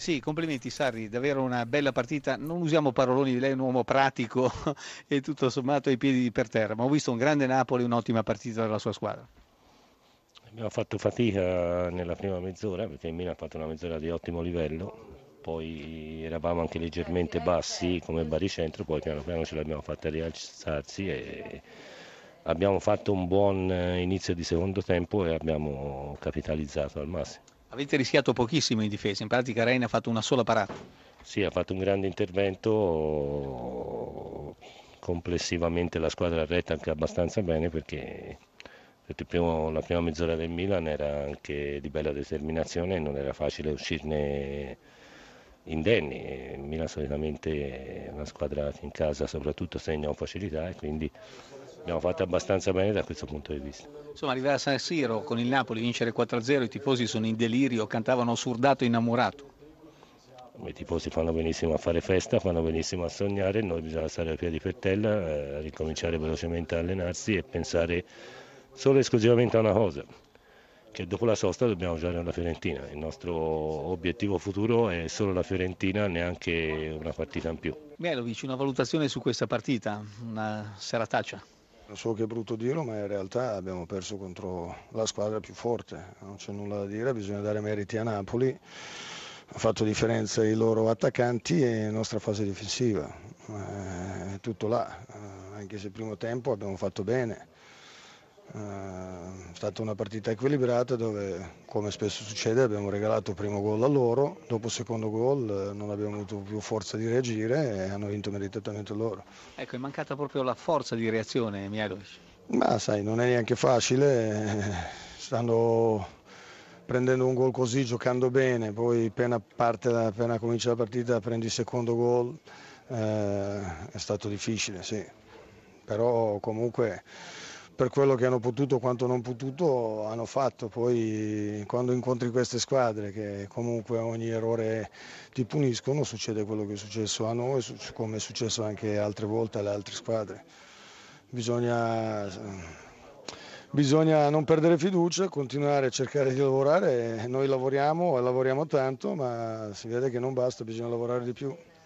Sì, complimenti Sarri, davvero una bella partita. Non usiamo paroloni, lei è un uomo pratico e tutto sommato ai piedi per terra, ma ho visto un grande Napoli, un'ottima partita della sua squadra. Abbiamo fatto fatica nella prima mezz'ora perché il Milan ha fatto una mezz'ora di ottimo livello, poi eravamo anche leggermente bassi come baricentro, poi piano piano ce l'abbiamo fatta rialzarsi e abbiamo fatto un buon inizio di secondo tempo e abbiamo capitalizzato al massimo. Avete rischiato pochissimo in difesa, in pratica Reina ha fatto una sola parata. Sì, ha fatto un grande intervento, complessivamente la squadra ha retto anche abbastanza bene perché la prima mezz'ora del Milan era anche di bella determinazione e non era facile uscirne indenni. Il Milan solitamente è una squadra che in casa soprattutto segna con facilità e quindi abbiamo fatto abbastanza bene da questo punto di vista. Insomma, arrivare a San Siro con il Napoli, vincere 4-0, i tifosi sono in delirio, cantavano Surdato innamorato. I tifosi fanno benissimo a fare festa, fanno benissimo a sognare, noi bisogna stare a piedi per terra, ricominciare velocemente a allenarsi e pensare solo e esclusivamente a una cosa, che dopo la sosta dobbiamo giocare alla Fiorentina. Il nostro obiettivo futuro è solo la Fiorentina, neanche una partita in più. Mialovic, una valutazione su questa partita, una serataccia. So che è brutto dirlo, ma in realtà abbiamo perso contro la squadra più forte, non c'è nulla da dire, bisogna dare meriti a Napoli, ha fatto differenza i loro attaccanti e la nostra fase difensiva, è tutto là, anche se il primo tempo abbiamo fatto bene. È stata una partita equilibrata dove, come spesso succede, abbiamo regalato il primo gol a loro, dopo il secondo gol non abbiamo avuto più forza di reagire e hanno vinto meritatamente loro. Ecco, è mancata proprio la forza di reazione, Mialovic. Ma sai, non è neanche facile, stanno prendendo un gol così, giocando bene, poi appena comincia la partita prendi il secondo gol, è stato difficile, sì, però comunque per quello che hanno potuto, quanto non potuto, hanno fatto. Poi quando incontri queste squadre che comunque ogni errore ti puniscono, succede quello che è successo a noi, come è successo anche altre volte alle altre squadre. Bisogna, bisogna non perdere fiducia, continuare a cercare di lavorare. Noi lavoriamo e lavoriamo tanto, ma si vede che non basta, bisogna lavorare di più.